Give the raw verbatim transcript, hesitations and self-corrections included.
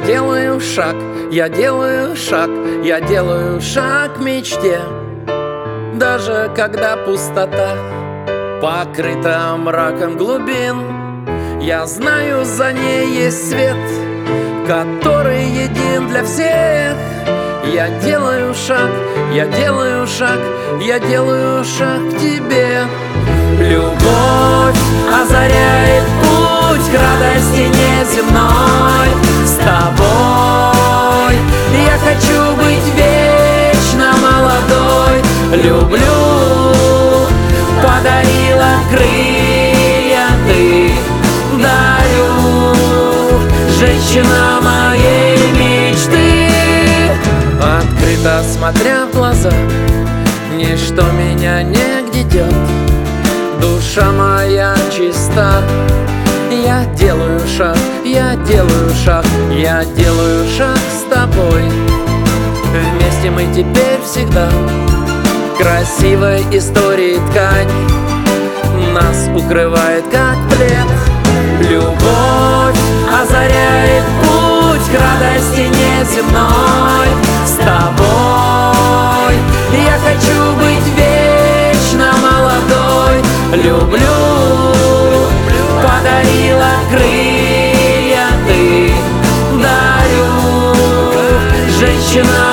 делаю шаг, я делаю шаг, я делаю шаг к мечте. Даже когда пустота покрыта мраком глубин, я знаю, за ней есть свет, который един для всех. Я делаю шаг, я делаю шаг, я делаю шаг к тебе. Любовь озаряет путь к радости неземной. С тобой я хочу быть вечно молодой. Люблю, подарила крылья ты, дарю, женщина моей мечты. Открыто смотря в глаза, ничто меня не гнетет. Душа моя чиста. Я делаю шаг, я делаю шаг, я делаю шаг с тобой. Вместе мы теперь всегда. Красивой истории ткань нас укрывает как плед. Любовь озаряет путь к радости неземной. С тобой я хочу быть вечно молодой. Люблю, подарила крылья ты, дарю, женщина